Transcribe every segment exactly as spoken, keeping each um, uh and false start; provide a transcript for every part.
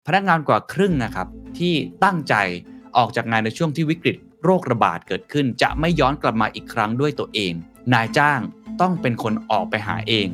พนักงานกว่าครึ่งนะครับที่ตั้งใจออกจากงานในช่วงที่วิกฤตโรคระบาดเกิดขึ้นจะไม่ย้อนกลับมาอีกครั้งด้วยตัวเองนายจ้างต้องเป็นคนออกไปหาเอง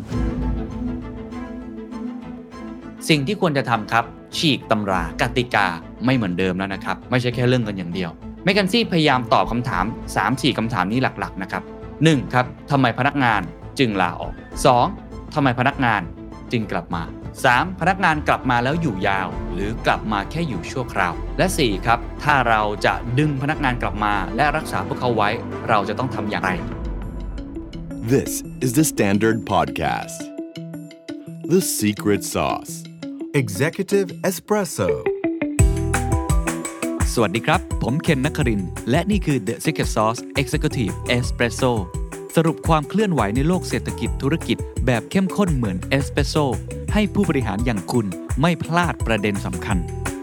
สิ่งที่ควรจะทำครับฉีกตำรากติกาไม่เหมือนเดิมแล้วนะครับไม่ใช่แค่เรื่องเงินอย่างเดียวแมคเคนซี่พยายามตอบคำถาม สามถึงสี่ คำถามนี้หลักๆนะครับหนึ่งครับทำไมพนักงานจึงลาออกสองทำไมพนักงานจึงกลับมาสามพนักงานกลับมาแล้วอยู่ยาวหรือกลับมาแค่อยู่ชั่วคราวและสี่ครับถ้าเราจะดึงพนักงานกลับมาและรักษาพวกเขาไว้เราจะต้องทำอย่างไร This is the Standard Podcast The Secret Sauce Executive Espresso สวัสดีครับผมเคนนครินทร์และนี่คือ The Secret Sauce Executive Espresso สรุปความเคลื่อนไหวในโลกเศรษฐกิจธุรกิจแบบเข้มข้นเหมือนเอสเปรสโซ่ให้ผู้บริหารอย่างคุณไม่พลาดประเด็นสำคัญ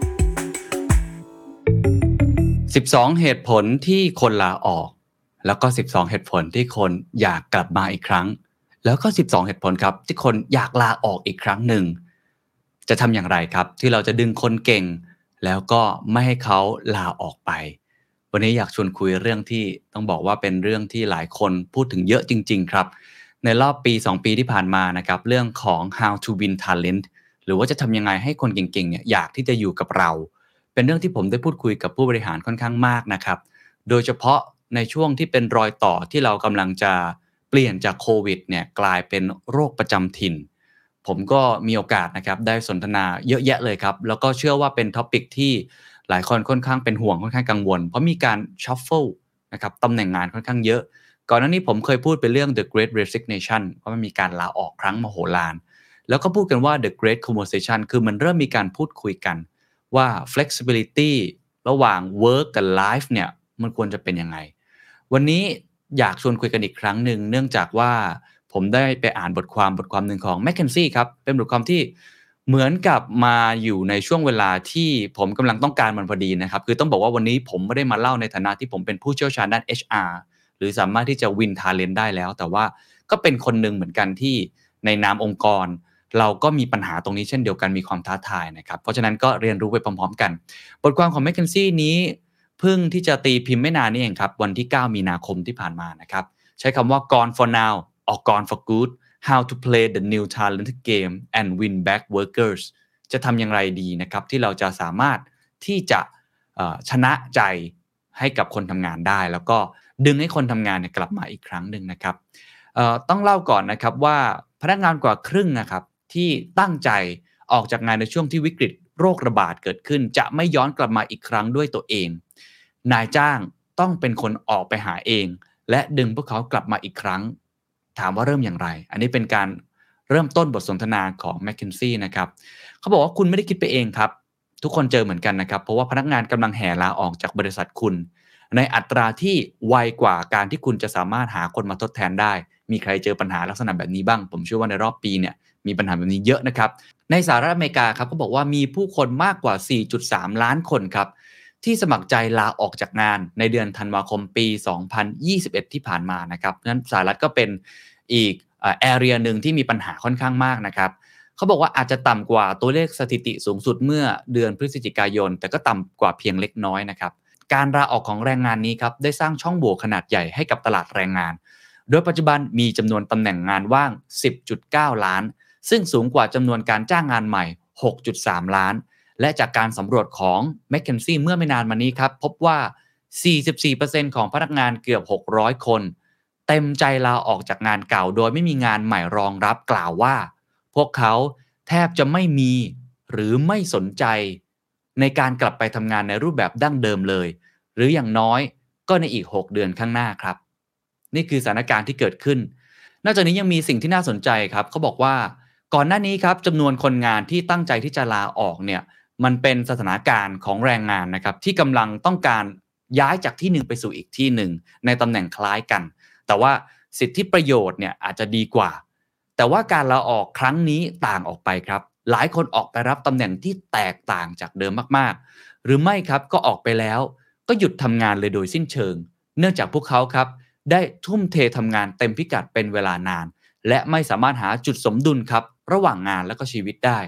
สิบสองเหตุผลที่คนลาออกแล้วก็สิบสองเหตุผลที่คนอยากกลับมาอีกครั้งแล้วก็สิบสองเหตุผลครับที่คนอยากลาออกอีกครั้งหนึ่งจะทำอย่างไรครับที่เราจะดึงคนเก่งแล้วก็ไม่ให้เขาลาออกไปวันนี้อยากชวนคุยเรื่องที่ต้องบอกว่าเป็นเรื่องที่หลายคนพูดถึงเยอะจริงๆครับในรอบปีสองปีที่ผ่านมานะครับเรื่องของ how to win talent หรือว่าจะทำยังไงให้คนเก่งๆเนี่ยอยากที่จะอยู่กับเราเป็นเรื่องที่ผมได้พูดคุยกับผู้บริหารค่อนข้างมากนะครับโดยเฉพาะในช่วงที่เป็นรอยต่อที่เรากำลังจะเปลี่ยนจากโควิดเนี่ยกลายเป็นโรคประจำถิ่นผมก็มีโอกาสนะครับได้สนทนาเยอะแยะเลยครับแล้วก็เชื่อว่าเป็นท็อปิกที่หลายคนค่อนข้างเป็นห่วงค่อนข้างกังวลเพราะมีการชัฟเฟิลนะครับตำแหน่งงานค่อนข้างเยอะก่อนหน้านี้ผมเคยพูดไปเรื่อง The Great Resignation ว่ามันมีการลาออกครั้งมโหฬารแล้วก็พูดกันว่า The Great Conversation คือมันเริ่มมีการพูดคุยกันว่า flexibility ระหว่าง work กับ life เนี่ยมันควรจะเป็นยังไงวันนี้อยากชวนคุยกันอีกครั้งหนึ่งเนื่องจากว่าผมได้ไปอ่านบทความบทความหนึ่งของ แมคเคนซี่ ครับเป็นบทความที่เหมือนกับมาอยู่ในช่วงเวลาที่ผมกำลังต้องการมันพอดีนะครับคือต้องบอกว่าวันนี้ผมไม่ได้มาเล่าในฐานะที่ผมเป็นผู้เชี่ยวชาญด้าน เอช อาร์ หรือสามารถที่จะ win talent ได้แล้วแต่ว่าก็เป็นคนหนึ่งเหมือนกันที่ในนามองค์กรเราก็มีปัญหาตรงนี้เช่นเดียวกันมีความท้าทายนะครับเพราะฉะนั้นก็เรียนรู้ไปพร้อมๆกันบทความของ แมคเคนซี่ นี้เพิ่งที่จะตีพิมพ์ไม่นานนี้เองครับวันที่เก้ามีนาคมที่ผ่านมานะครับใช้คำว่า gone for now or gone for good how to play the new talent game and win back workers จะทำอย่างไรดีนะครับที่เราจะสามารถที่จะชนะใจให้กับคนทำงานได้แล้วก็ดึงให้คนทำงานเนี่ยกลับมาอีกครั้งหนึ่งนะครับต้องเล่าก่อนนะครับว่าพนักงานกว่าครึ่งนะครับที่ตั้งใจออกจากงานในช่วงที่วิกฤตโรคระบาดเกิดขึ้นจะไม่ย้อนกลับมาอีกครั้งด้วยตัวเองนายจ้างต้องเป็นคนออกไปหาเองและดึงพวกเขากลับมาอีกครั้งถามว่าเริ่มอย่างไรอันนี้เป็นการเริ่มต้นบทสนทนาของ แมคเคนซี่ นะครับเขาบอกว่าคุณไม่ได้คิดไปเองครับทุกคนเจอเหมือนกันนะครับเพราะว่าพนักงานกำลังแห่ลาออกจากบริษัทคุณในอัตราที่ไวกว่าการที่คุณจะสามารถหาคนมาทดแทนได้มีใครเจอปัญหาลักษณะแบบนี้บ้างผมเชื่อว่าในรอบปีเนี่ยมีปัญหาแบบนี้เยอะนะครับในสหรัฐอเมริกาครับเขาบอกว่ามีผู้คนมากกว่า สี่จุดสาม ล้านคนครับที่สมัครใจลาออกจากงานในเดือนธันวาคมปีสองพันยี่สิบเอ็ดที่ผ่านมานะครับนั้นสหรัฐก็เป็นอีกเอ่อ area นึงที่มีปัญหาค่อนข้างมากนะครับเขาบอกว่าอาจจะต่ำกว่าตัวเลขสถิติสูงสุดเมื่อเดือนพฤศจิกายนแต่ก็ต่ำกว่าเพียงเล็กน้อยนะครับการลาออกของแรงงานนี้ครับได้สร้างช่องโหว่ขนาดใหญ่ให้กับตลาดแรงงานโดยปัจจุบันมีจำนวนตำแหน่งงานว่าง สิบจุดเก้า ล้านซึ่งสูงกว่าจำนวนการจ้างงานใหม่ หกจุดสาม ล้านและจากการสำรวจของ แมคเคนซี่ เมื่อไม่นานมานี้ครับพบว่า สี่สิบสี่เปอร์เซ็นต์ ของพนักงานเกือบหกร้อยคนเต็มใจลาออกจากงานเก่าโดยไม่มีงานใหม่รองรับกล่าวว่าพวกเขาแทบจะไม่มีหรือไม่สนใจในการกลับไปทำงานในรูปแบบดั้งเดิมเลยหรืออย่างน้อยก็ในอีกหกเดือนข้างหน้าครับนี่คือสถานการณ์ที่เกิดขึ้นนอกจากนี้ยังมีสิ่งที่น่าสนใจครับเขาบอกว่าก่อนหน้านี้ครับจำนวนคนงานที่ตั้งใจที่จะลาออกเนี่ยมันเป็นสถานการณ์ของแรงงานนะครับที่กำลังต้องการย้ายจากที่หนึ่งไปสู่อีกที่หนึ่งในตำแหน่งคล้ายกันแต่ว่าสิทธิประโยชน์เนี่ยอาจจะดีกว่าแต่ว่าการลาออกครั้งนี้ต่างออกไปครับหลายคนออกไปรับตำแหน่งที่แตกต่างจากเดิมมากๆหรือไม่ครับก็ออกไปแล้วก็หยุดทำงานเลยโดยสิ้นเชิงเนื่องจากพวกเขาครับได้ทุ่มเททำงานเต็มพิกัดเป็นเวลานานและไม่สามารถหาจุดสมดุลครับระหว่างงานและก็ชีวิตได้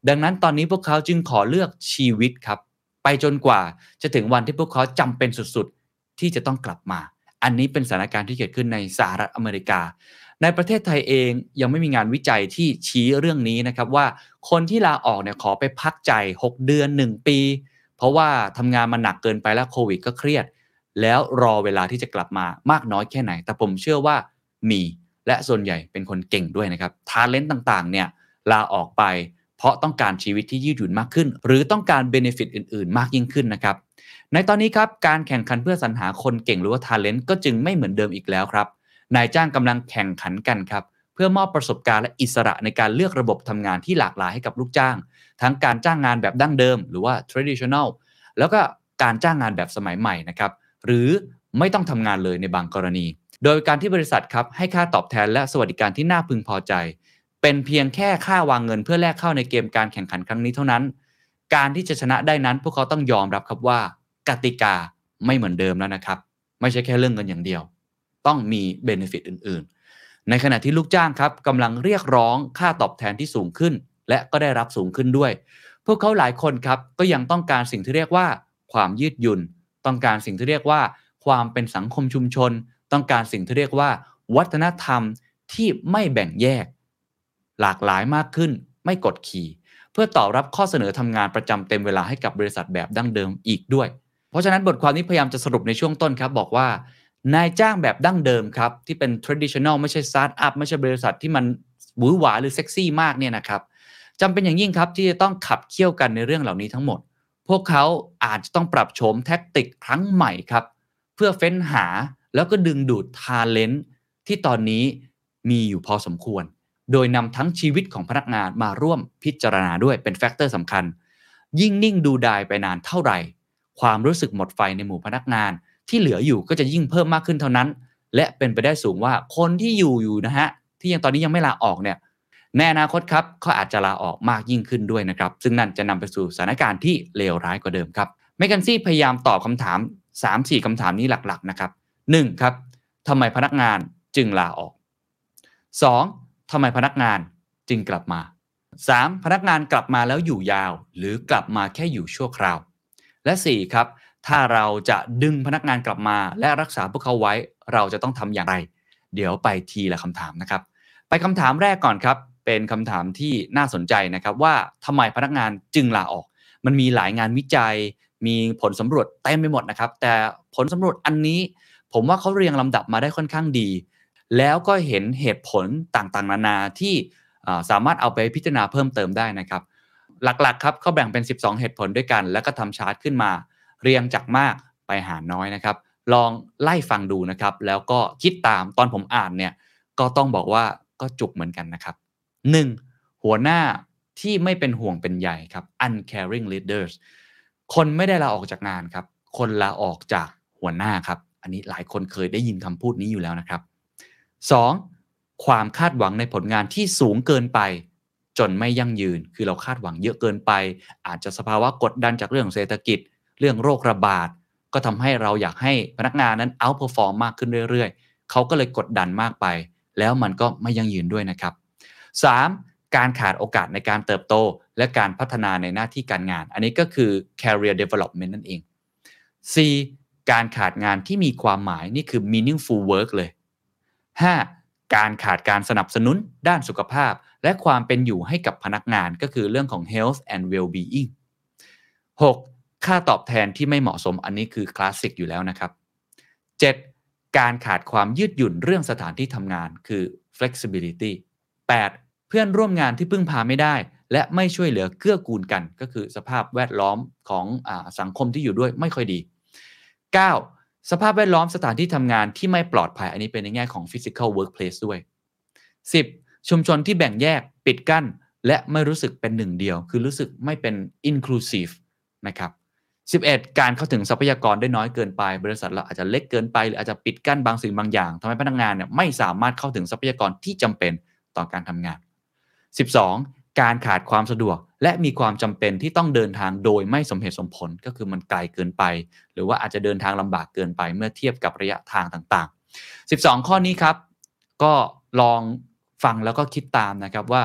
ดังนั้นตอนนี้พวกเขาจึงขอเลือกชีวิตครับไปจนกว่าจะถึงวันที่พวกเขาจำเป็นสุดๆที่จะต้องกลับมาอันนี้เป็นสถานการณ์ที่เกิดขึ้นในสหรัฐอเมริกาในประเทศไทยเองยังไม่มีงานวิจัยที่ชี้เรื่องนี้นะครับว่าคนที่ลาออกเนี่ยขอไปพักใจหกเดือนหนึ่งปีเพราะว่าทำงานมาหนักเกินไปแล้วโควิดก็เครียดแล้วรอเวลาที่จะกลับมามากน้อยแค่ไหนแต่ผมเชื่อว่ามีและส่วนใหญ่เป็นคนเก่งด้วยนะครับทาเลนต์ต่างๆเนี่ยลาออกไปเพราะต้องการชีวิตที่ยืดหยุ่นมากขึ้นหรือต้องการเบเนฟิตอื่นๆมากยิ่งขึ้นนะครับในตอนนี้ครับการแข่งขันเพื่อสรรหาคนเก่งหรือว่า talent ก็จึงไม่เหมือนเดิมอีกแล้วครับนายจ้างกำลังแข่งขันกันครับเพื่อมอบประสบการณ์และอิสระในการเลือกระบบทำงานที่หลากหลายให้กับลูกจ้างทั้งการจ้างงานแบบดั้งเดิมหรือว่า traditional แล้วก็การจ้างงานแบบสมัยใหม่นะครับหรือไม่ต้องทำงานเลยในบางกรณีโดยการที่บริษัทครับให้ค่าตอบแทนและสวัสดิการที่น่าพึงพอใจเป็นเพียงแค่ค่าวางเงินเพื่อแลกเข้าในเกมการแข่งขันครั้งนี้เท่านั้นการที่จะชนะได้นั้นพวกเขาต้องยอมรับครับว่ากติกาไม่เหมือนเดิมแล้วนะครับไม่ใช่แค่เรื่องเงินอย่างเดียวต้องมีเบเนฟิตอื่นๆในขณะที่ลูกจ้างครับกำลังเรียกร้องค่าตอบแทนที่สูงขึ้นและก็ได้รับสูงขึ้นด้วยพวกเขาหลายคนครับก็ยังต้องการสิ่งที่เรียกว่าความยืดหยุ่นต้องการสิ่งที่เรียกว่าความเป็นสังคมชุมชนต้องการสิ่งที่เรียกว่าวัฒนธรรมที่ไม่แบ่งแยกหลากหลายมากขึ้นไม่กดขี่เพื่อตอบรับข้อเสนอทำงานประจำเต็มเวลาให้กับบริษัทแบบดั้งเดิมอีกด้วยเพราะฉะนั้นบทความนี้พยายามจะสรุปในช่วงต้นครับบอกว่านายจ้างแบบดั้งเดิมครับที่เป็น traditional ไม่ใช่ start up ไม่ใช่บริษัทที่มันหวือหวาหรือเซ็กซี่มากเนี่ยนะครับจำเป็นอย่างยิ่งครับที่จะต้องขับเคี่ยวกันในเรื่องเหล่านี้ทั้งหมดพวกเขาอาจจะต้องปรับโฉมแท็กติกครั้งใหม่ครับเพื่อเฟ้นหาแล้วก็ดึงดูด talent ที่ตอนนี้มีอยู่พอสมควรโดยนำทั้งชีวิตของพนักงานมาร่วมพิจารณาด้วยเป็นแฟกเตอร์สำคัญยิ่งนิ่งดูดายไปนานเท่าไหร่ความรู้สึกหมดไฟในหมู่พนักงานที่เหลืออยู่ก็จะยิ่งเพิ่มมากขึ้นเท่านั้นและเป็นไปได้สูงว่าคนที่อยู่อยู่นะฮะที่ยังตอนนี้ยังไม่ลาออกเนี่ยในอนาคตครับเขาอาจจะลาออกมากยิ่งขึ้นด้วยนะครับซึ่งนั่นจะนำไปสู่สถานการณ์ที่เลวร้ายกว่าเดิมครับแมคเคนซี่พยายามตอบคำถาม สามถึงสี่ คำถามนี้หลักๆนะครับหนึ่งครับทำไมพนักงานจึงลาออกสองทำไมพนักงานจึงกลับมาสามพนักงานกลับมาแล้วอยู่ยาวหรือกลับมาแค่อยู่ชั่วคราวและสี่ครับถ้าเราจะดึงพนักงานกลับมาและรักษาพวกเขาไว้เราจะต้องทำอย่างไรเดี๋ยวไปทีละคำถามนะครับไปคำถามแรกก่อนครับเป็นคำถามที่น่าสนใจนะครับว่าทำไมพนักงานจึงลาออกมันมีหลายงานวิจัยมีผลสำรวจเต็มไปหมดนะครับแต่ผลสำรวจอันนี้ผมว่าเขาเรียงลำดับมาได้ค่อนข้างดีแล้วก็เห็นเหตุผลต่างๆนานาที่สามารถเอาไปพิจารณาเพิ่มเติมได้นะครับหลักๆครับเขาแบ่งเป็นสิบสองเหตุผลด้วยกันแล้วก็ทำชาร์ตขึ้นมาเรียงจากมากไปหาน้อยนะครับลองไล่ฟังดูนะครับแล้วก็คิดตามตอนผมอ่านเนี่ยก็ต้องบอกว่าก็จุกเหมือนกันนะครับหนึ่งหัวหน้าที่ไม่เป็นห่วงเป็นใยครับ uncaring leaders คนไม่ได้ลาออกจากงานครับคนลาออกจากหัวหน้าครับอันนี้หลายคนเคยได้ยินคำพูดนี้อยู่แล้วนะครับสองความคาดหวังในผลงานที่สูงเกินไปจนไม่ยั่งยืนคือเราคาดหวังเยอะเกินไปอาจจะสภาวะกดดันจากเรื่องเศรษฐกิจเรื่องโรคระบาดก็ทำให้เราอยากให้พนักงานนั้น outperform มากขึ้นเรื่อยๆเขาก็เลยกดดันมากไปแล้วมันก็ไม่ยั่งยืนด้วยนะครับสามการขาดโอกาสในการเติบโตและการพัฒนาในหน้าที่การงานอันนี้ก็คือ career development นั่นเองสี่การขาดงานที่มีความหมายนี่คือ meaningful work เลยห้าการขาดการสนับสนุนด้านสุขภาพและความเป็นอยู่ให้กับพนักงานก็คือเรื่องของ health and well-being หกค่าตอบแทนที่ไม่เหมาะสมอันนี้คือคลาสสิกอยู่แล้วนะครับเจ็ดการขาดความยืดหยุ่นเรื่องสถานที่ทำงานคือ flexibility แปดเพื่อนร่วมงานที่พึ่งพาไม่ได้และไม่ช่วยเหลือเกื้อกูลกันก็คือสภาพแวดล้อมของอ่าสังคมที่อยู่ด้วยไม่ค่อยดีเก้าสภาพแวดล้อมสถานที่ทำงานที่ไม่ปลอดภัยอันนี้เป็นในแง่ของ physical workplace ด้วยสิบชุมชนที่แบ่งแยกปิดกั้นและไม่รู้สึกเป็นหนึ่งเดียวคือรู้สึกไม่เป็น inclusive นะครับสิบเอ็ดการเข้าถึงทรัพยากรได้น้อยเกินไปบริษัทเราอาจจะเล็กเกินไปหรืออาจจะปิดกั้นบางสิ่งบางอย่างทำให้พนักงานเนี่ยไม่สามารถเข้าถึงทรัพยากรที่จำเป็นต่อการทำงานสิบสองการขาดความสะดวกและมีความจำเป็นที่ต้องเดินทางโดยไม่สมเหตุสมผลก็คือมันไกลเกินไปหรือว่าอาจจะเดินทางลำบากเกินไปเมื่อเทียบกับระยะทางต่างๆสิบสองข้อนี้ครับก็ลองฟังแล้วก็คิดตามนะครับว่า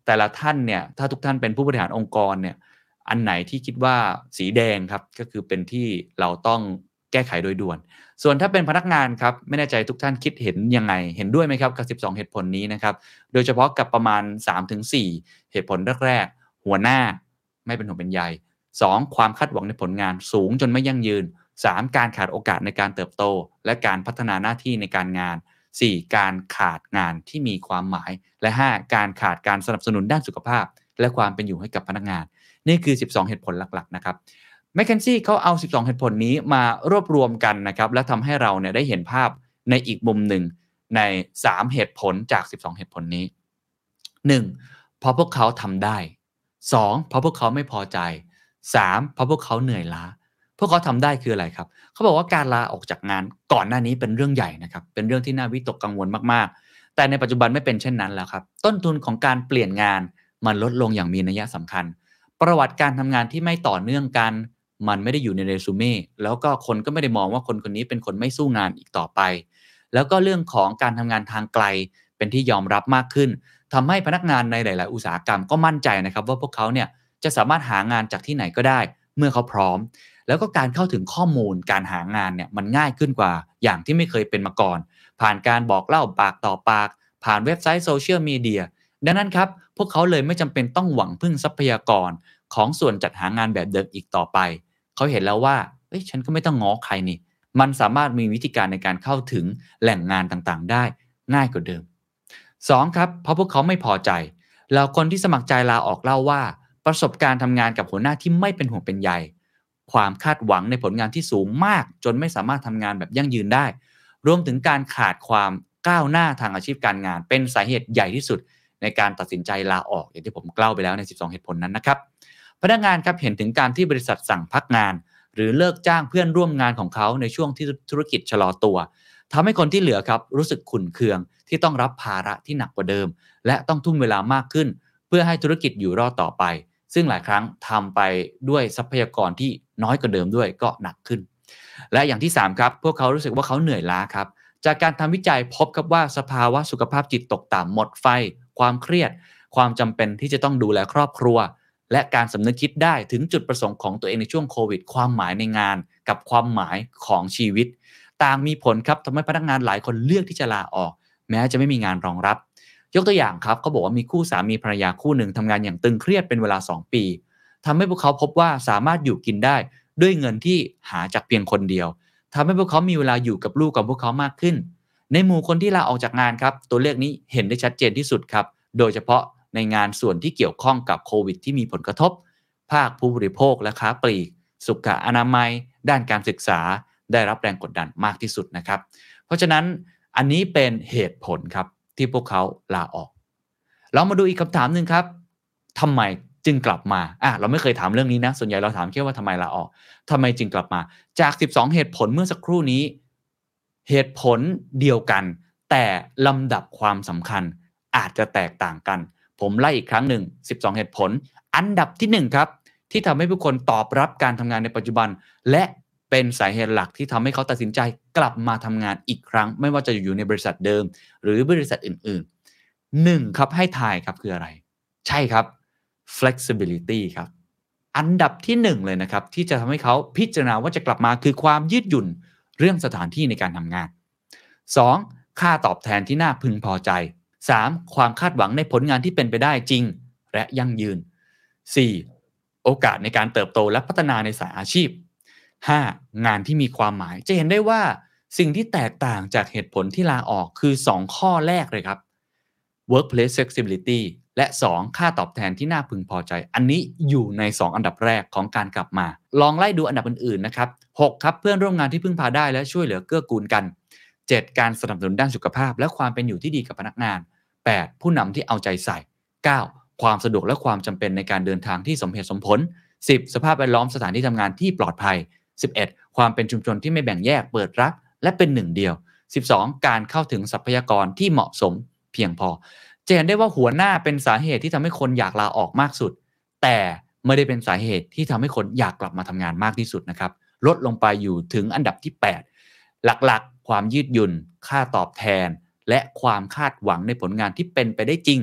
แต่ละท่านเนี่ยถ้าทุกท่านเป็นผู้บริหารองค์กรเนี่ยอันไหนที่คิดว่าสีแดงครับก็คือเป็นที่เราต้องแก้ไขโดยด่วนส่วนถ้าเป็นพนักงานครับไม่แน่ใจทุกท่านคิดเห็นยังไงเห็นด้วยไหมครับกับสิบสองเหตุผลนี้นะครับโดยเฉพาะกับประมาณ สามถึงสี่ เหตุผลแรกๆหัวหน้าไม่เป็นห่วงเป็นใยสองความคาดหวังในผลงานสูงจนไม่ยั่งยืนสามการขาดโอกาสในการเติบโตและการพัฒนาหน้าที่ในการงานสี่การขาดงานที่มีความหมายและห้าการขาดการสนับสนุนด้านสุขภาพและความเป็นอยู่ให้กับพนักงานนี่คือสิบสองเหตุผลหลักๆนะครับแมคเคนซี่เขาเอาสิบสองเหตุผลนี้มารวบรวมกันนะครับและทำให้เราเนี่ยได้เห็นภาพในอีกมุมหนึ่งในสามเหตุผลจากสิบสองเหตุผลนี้หนึ่งเพราะพวกเขาทำได้สองเพราะพวกเขาไม่พอใจสามเพราะพวกเขาเหนื่อยล้าพวกเขาทำได้คืออะไรครับเขาบอกว่าการลาออกจากงานก่อนหน้านี้เป็นเรื่องใหญ่นะครับเป็นเรื่องที่น่าวิตกกังวลมากๆแต่ในปัจจุบันไม่เป็นเช่นนั้นแล้วครับต้นทุนของการเปลี่ยนงานมันลดลงอย่างมีนัยสำคัญประวัติการทำงานที่ไม่ต่อเนื่องกันมันไม่ได้อยู่ในเรซูเม่แล้วก็คนก็ไม่ได้มองว่าคนคนนี้เป็นคนไม่สู้งานอีกต่อไปแล้วก็เรื่องของการทำงานทางไกลเป็นที่ยอมรับมากขึ้นทำให้พนักงานในหลายๆอุตสาหกรรมก็มั่นใจนะครับว่าพวกเขาเนี่ยจะสามารถหางานจากที่ไหนก็ได้เมื่อเขาพร้อมแล้วก็การเข้าถึงข้อมูลการหางานเนี่ยมันง่ายขึ้นกว่าอย่างที่ไม่เคยเป็นมาก่อนผ่านการบอกเล่าปากต่อปากผ่านเว็บไซต์โซเชียลมีเดียดังนั้นครับพวกเขาเลยไม่จำเป็นต้องหวังพึ่งทรัพยากรของส่วนจัดหางานแบบเดิมอีกต่อไปเขาเห็นแล้วว่าเอ้ยฉันก็ไม่ต้องง้อใครนี่มันสามารถมีวิธีการในการเข้าถึงแหล่งงานต่างๆได้ง่ายกว่าเดิมสองครับเพราะพวกเขาไม่พอใจแล้วคนที่สมัครใจลาออกเล่าว่าประสบการณ์ทำงานกับหัวหน้าที่ไม่เป็นห่วงเป็นใยความคาดหวังในผลงานที่สูงมากจนไม่สามารถทำงานแบบยั่งยืนได้รวมถึงการขาดความก้าวหน้าทางอาชีพการงานเป็นสาเหตุใหญ่ที่สุดในการตัดสินใจลาออกอย่างที่ผมเล่าไปแล้วในสิบสองเหตุผลนั้นนะครับพนักงานครับเห็นถึงการที่บริษัทสั่งพักงานหรือเลิกจ้างเพื่อนร่วมงานของเขาในช่วงที่ธุรกิจชะลอตัวทำให้คนที่เหลือครับรู้สึกขุ่นเคืองที่ต้องรับภาระที่หนักกว่าเดิมและต้องทุ่มเวลามากขึ้นเพื่อให้ธุรกิจอยู่รอดต่อไปซึ่งหลายครั้งทำไปด้วยทรัพยากรที่น้อยกว่าเดิมด้วยก็หนักขึ้นและอย่างที่สามครับพวกเขารู้สึกว่าเขาเหนื่อยล้าครับจากการทำวิจัยพบครับว่าสภาวะสุขภาพจิตตกต่ำหมดไฟความเครียดความจำเป็นที่จะต้องดูแลครอบครัวและการสำนึกคิดได้ถึงจุดประสงค์ของตัวเองในช่วงโควิดความหมายในงานกับความหมายของชีวิตต่างมีผลครับทำให้พนักงานหลายคนเลือกที่จะลาออกแม้จะไม่มีงานรองรับยกตัวอย่างครับเขาบอกว่ามีคู่สามีภรรยาคู่หนึ่งทำงานอย่างตึงเครียดเป็นเวลาสองปีทำให้พวกเขาพบว่าสามารถอยู่กินได้ด้วยเงินที่หาจากเพียงคนเดียวทำให้พวกเขามีเวลาอยู่กับลูกกับพวกเขามากขึ้นในหมู่คนที่ลาออกจากงานครับตัวเลขนี้เห็นได้ชัดเจนที่สุดครับโดยเฉพาะในงานส่วนที่เกี่ยวข้องกับโควิดที่มีผลกระทบภาคผู้บริโภคและค้าปลีกสุขอนามัยด้านการศึกษาได้รับแรงกดดันมากที่สุดนะครับเพราะฉะนั้นอันนี้เป็นเหตุผลครับที่พวกเขาลาออกเรามาดูอีกคำถามหนึ่งครับทำไมจึงกลับมาอ่ะเราไม่เคยถามเรื่องนี้นะส่วนใหญ่เราถามแค่ว่าทำไมลาออกทำไมจึงกลับมาจากสิบสองเหตุผลเมื่อสักครู่นี้เหตุผลเดียวกันแต่ลำดับความสำคัญอาจจะแตกต่างกันผมไล่อีกครั้งหนึ่งสิบสองเหตุผลอันดับที่หนึ่งครับที่ทำให้ผู้คนตอบรับการทำงานในปัจจุบันและเป็นสาเหตุหลักที่ทำให้เขาตัดสินใจกลับมาทำงานอีกครั้งไม่ว่าจะอยู่ในบริษัทเดิมหรือบริษัทอื่นๆหนึ่งครับให้ทายครับคืออะไรใช่ครับ flexibility ครับอันดับที่หนึ่งเลยนะครับที่จะทำให้เขาพิจารณาว่าจะกลับมาคือความยืดหยุ่นเรื่องสถานที่ในการทำงานสองค่าตอบแทนที่น่าพึงพอใจสามความคาดหวังในผลงานที่เป็นไปได้จริงและยั่งยืนสี่โอกาสในการเติบโตและพัฒนาในสายอาชีพห้างานที่มีความหมายจะเห็นได้ว่าสิ่งที่แตกต่างจากเหตุผลที่ลาออกคือสองข้อแรกเลยครับ workplace flexibility และสองค่าตอบแทนที่น่าพึงพอใจอันนี้อยู่ในสองอันดับแรกของการกลับมาลองไล่ดูอันดับอื่นๆนะครับหกครับเพื่อนร่วมงานที่พึ่งพาได้และช่วยเหลือเกื้อกูลกันเจ็ดการสนับสนุนด้านสุขภาพและความเป็นอยู่ที่ดีกับพนักงานแปดผู้นำที่เอาใจใส่เก้าความสะดวกและความจำเป็นในการเดินทางที่สมเหตุสมผลสิบสภาพแวดล้อมสถานที่ทำงานที่ปลอดภัยสิบเอ็ดความเป็นชุมชนที่ไม่แบ่งแยกเปิดรับและเป็นหนึ่งเดียวสิบสองการเข้าถึงทรัพยากรที่เหมาะสมเพียงพอจะเห็นได้ว่าหัวหน้าเป็นสาเหตุที่ทำให้คนอยากลาออกมากสุดแต่ไม่ได้เป็นสาเหตุที่ทำให้คนอยากกลับมาทำงานมากที่สุดนะครับลดลงไปอยู่ถึงอันดับที่แปดหลักๆความยืดหยุ่นค่าตอบแทนและความคาดหวังในผลงานที่เป็นไปได้จริง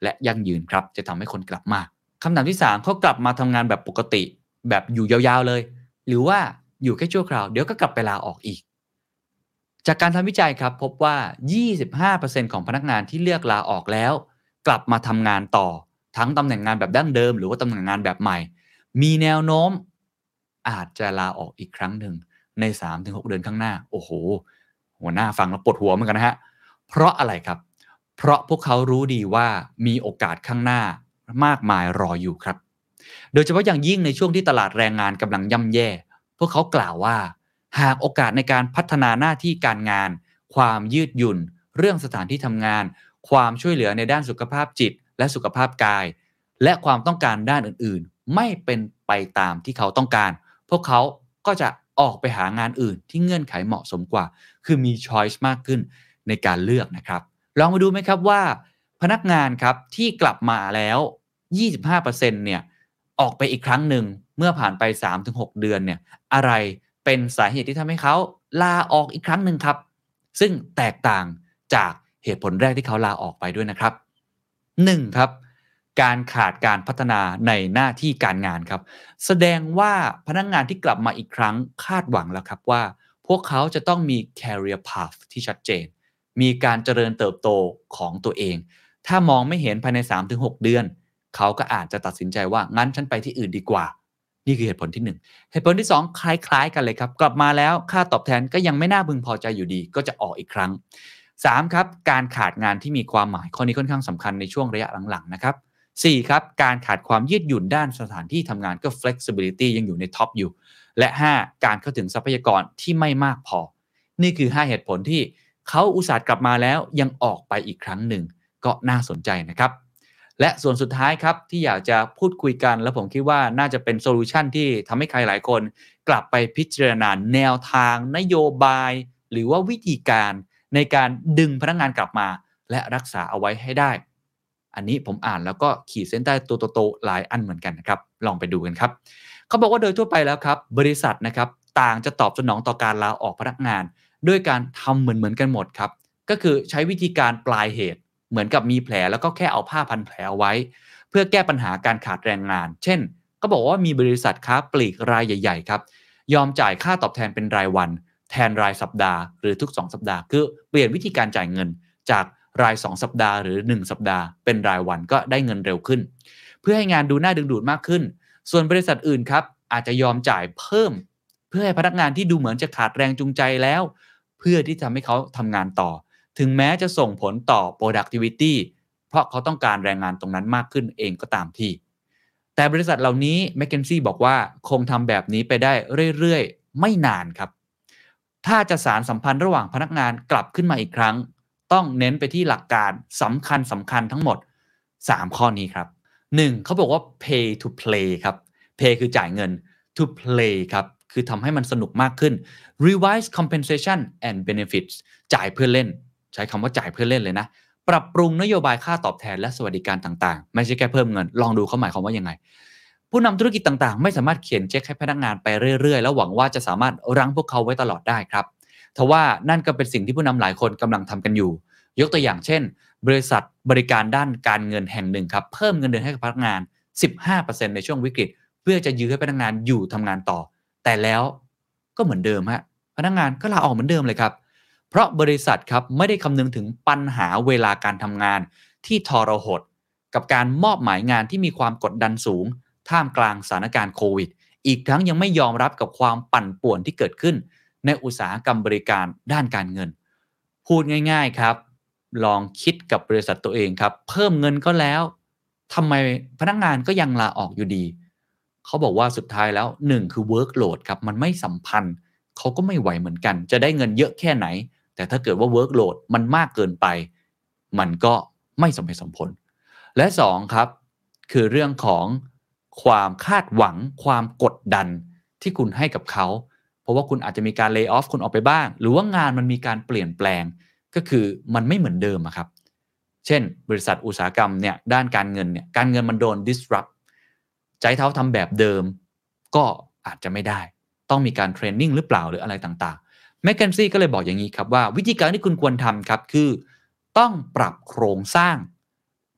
และยั่งยืนครับจะทำให้คนกลับมาคำถามที่สามเขากลับมาทำงานแบบปกติแบบอยู่ยาวๆเลยหรือว่าอยู่แค่ชั่วคราวเดี๋ยวก็กลับไปลาออกอีกจากการทำวิจัยครับพบว่า ยี่สิบห้าเปอร์เซ็นต์ ของพนักงานที่เลือกลาออกแล้วกลับมาทำงานต่อทั้งตำแหน่งงานแบบดั้งเดิมหรือว่าตำแหน่งงานแบบใหม่มีแนวโน้มอาจจะลาออกอีกครั้งหนึ่งใน สามถึงหก เดือนข้างหน้าโอ้โหหัวหน้าฟังแล้วปวดหัวเหมือนกันนะฮะเพราะอะไรครับเพราะพวกเขารู้ดีว่ามีโอกาสข้างหน้ามากมายรออยู่ครับโดยเฉพาะอย่างยิ่งในช่วงที่ตลาดแรงงานกำลังย่ำแย่พวกเขากล่าวว่าหากโอกาสในการพัฒนาหน้าที่การงานความยืดหยุ่นเรื่องสถานที่ทำงานความช่วยเหลือในด้านสุขภาพจิตและสุขภาพกายและความต้องการด้านอื่นๆไม่เป็นไปตามที่เขาต้องการพวกเขาก็จะออกไปหางานอื่นที่เงื่อนไขเหมาะสมกว่าคือมี choice มากขึ้นในการเลือกนะครับลองมาดูไหมครับว่าพนักงานครับที่กลับมาแล้ว ยี่สิบห้าเปอร์เซ็นต์ เนี่ยออกไปอีกครั้งหนึ่งเมื่อผ่านไป สามถึงหก เดือนเนี่ยอะไรเป็นสาเหตุที่ทำให้เขาลาออกอีกครั้งหนึ่งครับซึ่งแตกต่างจากเหตุผลแรกที่เขาลาออกไปด้วยนะครับหนึ่งครับการขาดการพัฒนาในหน้าที่การงานครับแสดงว่าพนักงานที่กลับมาอีกครั้งคาดหวังแล้วครับว่าพวกเขาจะต้องมี career path ที่ชัดเจนมีการเจริญเติบโตของตัวเองถ้ามองไม่เห็นภายใน สามถึงหก เดือนเขาก็อาจจะตัดสินใจว่างั้นฉันไปที่อื่นดีกว่านี่คือเหตุผลที่หนึ่งเหตุผลที่สองคล้ายๆกันเลยครับกลับมาแล้วค่าตอบแทนก็ยังไม่น่าพึงพอใจอยู่ดีก็จะออกอีกครั้งสามครับการขาดงานที่มีความหมายข้อนี้ค่อนข้างสำคัญในช่วงระยะหลังๆนะครับสี่ครับการขาดความยืดหยุ่นด้านสถานที่ทำงานก็ flexibility ยังอยู่ในท็อปอยู่และห้าการเข้าถึงทรัพยากรที่ไม่มากพอนี่คือห้าเหตุผลที่เขาอุตส่าห์กลับมาแล้วยังออกไปอีกครั้งหนึ่งก็น่าสนใจนะครับและส่วนสุดท้ายครับที่อยากจะพูดคุยกันแล้วผมคิดว่าน่าจะเป็นโซลูชันที่ทำให้ใครหลายคนกลับไปพิจารณาแนวทางนโยบายหรือว่าวิธีการในการดึงพนักงานกลับมาและรักษาเอาไว้ให้ได้อันนี้ผมอ่านแล้วก็ขีดเส้นใต้ตัวโตๆหลายอันเหมือนกันนะครับลองไปดูกันครับเขาบอกว่าโดยทั่วไปแล้วครับบริษัทนะครับต่างจะตอบสนองต่อการลาออกพนักงานด้วยการทำเหมือนเหมือนกันหมดครับก็คือใช้วิธีการปลายเหตุเหมือนกับมีแผลแล้วก็แค่เอาผ้าพันแผลเอาไว้เพื่อแก้ปัญหาการขาดแรงงานเช่นก็บอกว่ามีบริษัทค้าปลีกรายใหญ่ๆครับยอมจ่ายค่าตอบแทนเป็นรายวันแทนรายสัปดาห์หรือทุกสองสัปดาห์คือเปลี่ยนวิธีการจ่ายเงินจากรายสองสัปดาห์หรือหนึ่งสัปดาห์เป็นรายวันก็ได้เงินเร็วขึ้นเพื่อให้งานดูน่าดึงดูดมากขึ้นส่วนบริษัทอื่นครับอาจจะยอมจ่ายเพิ่มเพื่อให้พนักงานที่ดูเหมือนจะขาดแรงจูงใจแล้วเพื่อที่จะทำให้เขาทำงานต่อถึงแม้จะส่งผลต่อ productivity เพราะเขาต้องการแรงงานตรงนั้นมากขึ้นเองก็ตามทีแต่บริษัทเหล่านี้ McKinsey บอกว่าคงทำแบบนี้ไปได้เรื่อยๆไม่นานครับถ้าจะสานสัมพันธ์ระหว่างพนักงานกลับขึ้นมาอีกครั้งต้องเน้นไปที่หลักการสำคัญสำคัญทั้งหมดสามข้อนี้ครับหนึ่งเขาบอกว่า pay to play ครับ pay คือจ่ายเงิน to play ครับคือทำให้มันสนุกมากขึ้น revise compensation and benefits จ่ายเพื่อเล่นใช้คำว่าจ่ายเพื่อเล่นเลยนะปรับปรุงนโยบายค่าตอบแทนและสวัสดิการต่างๆไม่ใช่แค่เพิ่มเงินลองดูเขาหมายความว่ายังไงผู้นำธุรกิจต่างๆไม่สามารถเขียนเช็คให้พนักงานไปเรื่อยๆแล้วหวังว่าจะสามารถรั้งพวกเขาไว้ตลอดได้ครับทว่านั่นก็เป็นสิ่งที่ผู้นำหลายคนกำลังทำกันอยู่ยกตัวอย่างเช่นบริษัทบริการด้านการเงินแห่งหนึ่งครับเพิ่มเงินเดือนให้กับพนักงาน สิบห้าเปอร์เซ็นต์ ในช่วงวิกฤตเพื่อจะยื้อให้พนักงานอยู่ทำงานต่อแต่แล้วก็เหมือนเดิมฮะพนักงานก็ลาออกเหมือนเดิมเลยครับเพราะบริษัทครับไม่ได้คำนึงถึงปัญหาเวลาการทำงานที่ทรหดกับการมอบหมายงานที่มีความกดดันสูงท่ามกลางสถานการณ์โควิดอีกทั้งยังไม่ยอมรับกับความปั่นป่วนที่เกิดขึ้นในอุตสาหกรรมบริการด้านการเงินพูดง่ายๆครับลองคิดกับบริษัทตัวเองครับเพิ่มเงินก็แล้วทำไมพนักงานก็ยังลาออกอยู่ดีเขาบอกว่าสุดท้ายแล้วหนึ่งคือ workload ครับมันไม่สัมพันธ์เขาก็ไม่ไหวเหมือนกันจะได้เงินเยอะแค่ไหนแต่ถ้าเกิดว่า workload มันมากเกินไปมันก็ไม่สมเหตุสมผลและสองครับคือเรื่องของความคาดหวังความกดดันที่คุณให้กับเขาเพราะว่าคุณอาจจะมีการ lay off คุณออกไปบ้างหรือว่างานมันมีการเปลี่ยนแปลงก็คือมันไม่เหมือนเดิมอะครับเช่นบริษัทอุตสาหกรรมเนี่ยด้านการเงินเนี่ยการเงินมันโดน disrupt ใจเท้าทำแบบเดิมก็อาจจะไม่ได้ต้องมีการเทรนนิ่งหรือเปล่าหรืออะไรต่างๆ McKinsey ก็เลยบอกอย่างนี้ครับว่าวิธีการที่คุณควรทำครับคือต้องปรับโครงสร้าง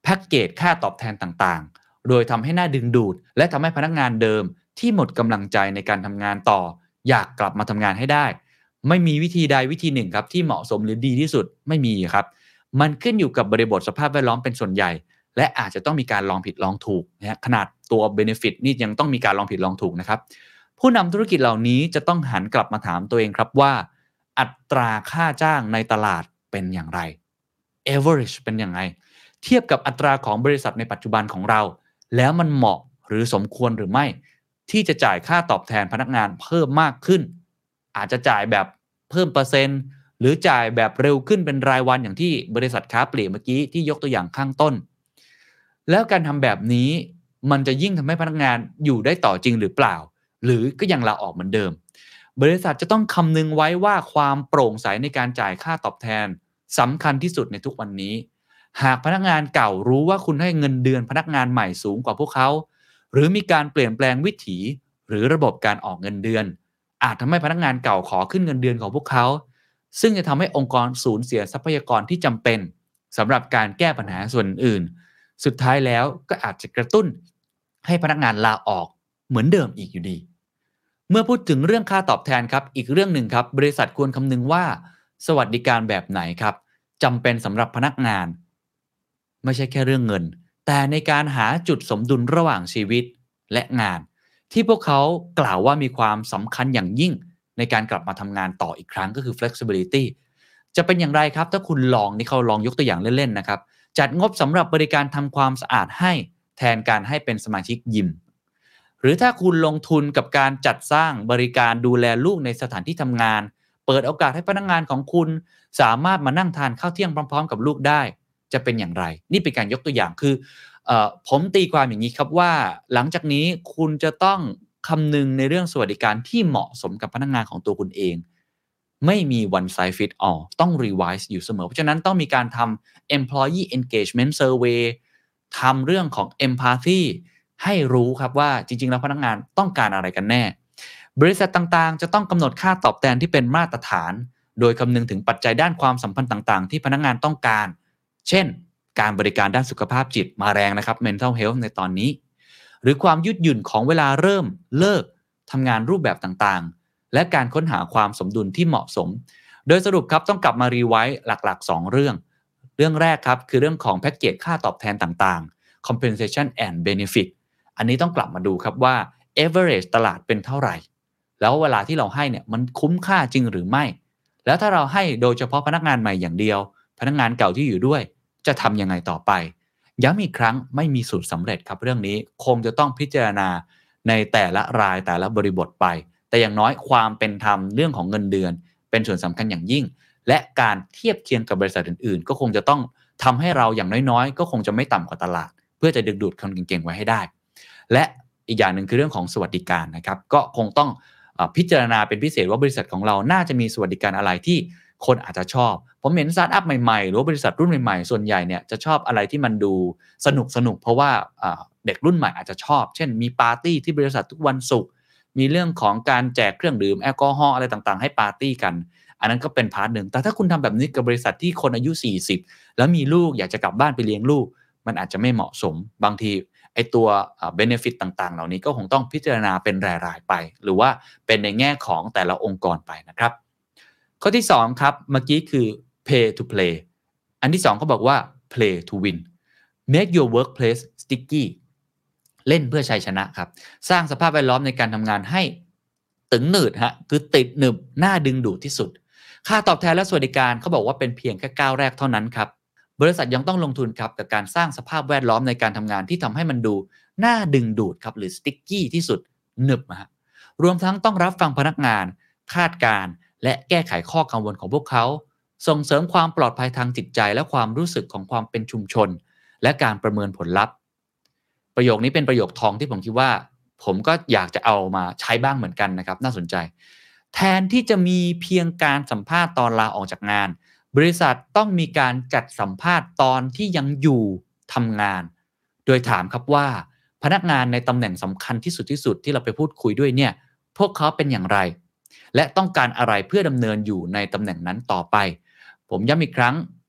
แพ็กเกจค่าตอบแทนต่างๆโดยทำให้น่าดึงดูดและทำให้พนักงานเดิมที่หมดกำลังใจในการทำงานต่ออยากกลับมาทำงานให้ได้ไม่มีวิธีใดวิธีหนึ่งครับที่เหมาะสมหรือดีที่สุดไม่มีครับมันขึ้นอยู่กับบริบทสภาพแวดล้อมเป็นส่วนใหญ่และอาจจะต้องมีการลองผิดลองถูกนะฮะขนาดตัว benefit นี่ยังต้องมีการลองผิดลองถูกนะครับผู้นำธุรกิจเหล่านี้จะต้องหันกลับมาถามตัวเองครับว่าอัตราค่าจ้างในตลาดเป็นอย่างไร average เป็นอย่างไรเทียบกับอัตราของบริษัทในปัจจุบันของเราแล้วมันเหมาะหรือสมควรหรือไม่ที่จะจ่ายค่าตอบแทนพนักงานเพิ่มมากขึ้นอาจจะจ่ายแบบเพิ่มเปอร์เซ็นต์หรือจ่ายแบบเร็วขึ้นเป็นรายวันอย่างที่บริษัทค้าปลีกเมื่อกี้ที่ยกตัวอย่างข้างต้นแล้วการทำแบบนี้มันจะยิ่งทำให้พนักงานอยู่ได้ต่อจริงหรือเปล่าหรือก็ยังลาออกเหมือนเดิมบริษัทจะต้องคำนึงไว้ว่าความโปร่งใสในการจ่ายค่าตอบแทนสำคัญที่สุดในทุกวันนี้หากพนักงานเก่ารู้ว่าคุณให้เงินเดือนพนักงานใหม่สูงกว่าพวกเขาหรือมีการเปลี่ยนแปลงวิถีหรือระบบการออกเงินเดือนอาจทำให้พนักงานเก่าขอขึ้นเงินเดือนของพวกเขาซึ่งจะทำให้องค์กรสูญเสียทรัพยากรที่จำเป็นสำหรับการแก้ปัญหาส่วนอื่นสุดท้ายแล้วก็อาจจะกระตุ้นให้พนักงานลาออกเหมือนเดิมอีกอยู่ดีเมื่อพูดถึงเรื่องค่าตอบแทนครับอีกเรื่องหนึ่งครับบริษัทควรคำนึงว่าสวัสดิการแบบไหนครับจำเป็นสำหรับพนักงานไม่ใช่แค่เรื่องเงินแต่ในการหาจุดสมดุลระหว่างชีวิตและงานที่พวกเขากล่าวว่ามีความสำคัญอย่างยิ่งในการกลับมาทำงานต่ออีกครั้งก็คือ flexibility จะเป็นอย่างไรครับถ้าคุณลองนี่เขาลองยกตัวอย่างเล่นๆนะครับจัดงบสำหรับบริการทำความสะอาดให้แทนการให้เป็นสมาชิกยิมหรือถ้าคุณลงทุนกับการจัดสร้างบริการดูแลลูกในสถานที่ทำงานเปิดโอกาสให้พนักงานของคุณสามารถมานั่งทานข้าวเที่ยงพร้อมๆกับลูกได้จะเป็นอย่างไรนี่เป็นการยกตัวอย่างคือเอ่อผมตีความอย่างนี้ครับว่าหลังจากนี้คุณจะต้องคำนึงในเรื่องสวัสดิการที่เหมาะสมกับพนักงานของตัวคุณเองไม่มี one size fit all ต้อง revise อยู่เสมอเพราะฉะนั้นต้องมีการทำ employee engagement survey ทำเรื่องของ empathy ให้รู้ครับว่าจริงๆแล้วพนักงานต้องการอะไรกันแน่บริษัทต่างๆจะต้องกำหนดค่าตอบแทนที่เป็นมาตรฐานโดยคำนึงถึงปัจจัยด้านความสัมพันธ์ต่างๆที่พนักงานต้องการเช่นการบริการด้านสุขภาพจิตมาแรงนะครับ mental health ในตอนนี้หรือความยืดหยุ่นของเวลาเริ่มเลิกทำงานรูปแบบต่างๆและการค้นหาความสมดุลที่เหมาะสมโดยสรุปครับต้องกลับมารีไวซ์หลักๆสองเรื่องเรื่องแรกครับคือเรื่องของแพ็กเกจค่าตอบแทนต่างๆ compensation and benefit อันนี้ต้องกลับมาดูครับว่า average ตลาดเป็นเท่าไหร่แล้วเวลาที่เราให้เนี่ยมันคุ้มค่าจริงหรือไม่แล้วถ้าเราให้โดยเฉพาะพนักงานใหม่อย่างเดียวพนักงานเก่าที่อยู่ด้วยจะทำยังไงต่อไปย้ำอีกครั้งไม่มีสูตรสำเร็จครับเรื่องนี้คงจะต้องพิจารณาในแต่ละรายแต่ละบริบทไปแต่อย่างน้อยความเป็นธรรมเรื่องของเงินเดือนเป็นส่วนสำคัญอย่างยิ่งและการเทียบเคียงกับบริษัทอื่นๆก็คงจะต้องทำให้เราอย่างน้อยๆก็คงจะไม่ต่ำกว่าตลาดเพื่อจะดึงดูดคนเก่งๆไว้ให้ได้และอีกอย่างหนึ่งคือเรื่องของสวัสดิการนะครับก็คงต้องพิจารณาเป็นพิเศษว่าบริษัทของเราน่าจะมีสวัสดิการอะไรที่คนอาจจะชอบผมเห็นสตาร์ทอัพใหม่ๆหรือว่าบริษัทรุ่นใหม่ๆส่วนใหญ่เนี่ยจะชอบอะไรที่มันดูสนุกสนุกเพราะว่าเด็กรุ่นใหม่อาจจะชอบเช่นมีปาร์ตี้ที่บริษัททุกวันศุกร์มีเรื่องของการแจกเครื่องดื่มแอลกอฮอล์อะไรต่างๆให้ปาร์ตี้กันอันนั้นก็เป็นพาร์ทหนึ่งแต่ถ้าคุณทำแบบนี้กับบริษัทที่คนอายุสี่สิบแล้วมีลูกอยากจะกลับบ้านไปเลี้ยงลูกมันอาจจะไม่เหมาะสมบางทีไอตัวเบเนฟิตต่างๆเหล่านี้ก็คงต้องพิจารณาเป็นรายๆไปหรือว่าเป็นในแง่ของแต่ละองค์กรไปนะครับข้อที่สองครับเมื่อกี้คือ pay to play อันที่สองเขาบอกว่า play to win make your workplace sticky เล่นเพื่อชัยชนะครับสร้างสภาพแวดล้อมในการทำงานให้ตึงหนืดฮะคือติดหนึบน่าดึงดูดที่สุดค่าตอบแทนและสวัสดิการเขาบอกว่าเป็นเพียงแค่ก้าวแรกเท่านั้นครับบริษัทยังต้องลงทุนครับกับการสร้างสภาพแวดล้อมในการทำงานที่ทำให้มันดูน่าดึงดูดครับหรือ sticky ที่สุดหนึบฮะรวมทั้งต้องรับฟังพนักงานคาดการและแก้ไขข้อกังวลของพวกเขาส่งเสริมความปลอดภัยทางจิตใจและความรู้สึกของความเป็นชุมชนและการประเมินผลลัพธ์ประโยคนี้เป็นประโยคทองที่ผมคิดว่าผมก็อยากจะเอามาใช้บ้างเหมือนกันนะครับน่าสนใจแทนที่จะมีเพียงการสัมภาษณ์ตอนลาออกจากงานบริษัทต้องมีการจัดสัมภาษณ์ตอนที่ยังอยู่ทำงานโดยถามครับว่าพนักงานในตำแหน่งสำคัญที่สุดที่สุดที่เราไปพูดคุยด้วยเนี่ยพวกเขาเป็นอย่างไรและต้องการอะไรเพื่อดำเนินอยู่ในตำแหน่งนั้นต่อไปผมย้ำอีกครั้ง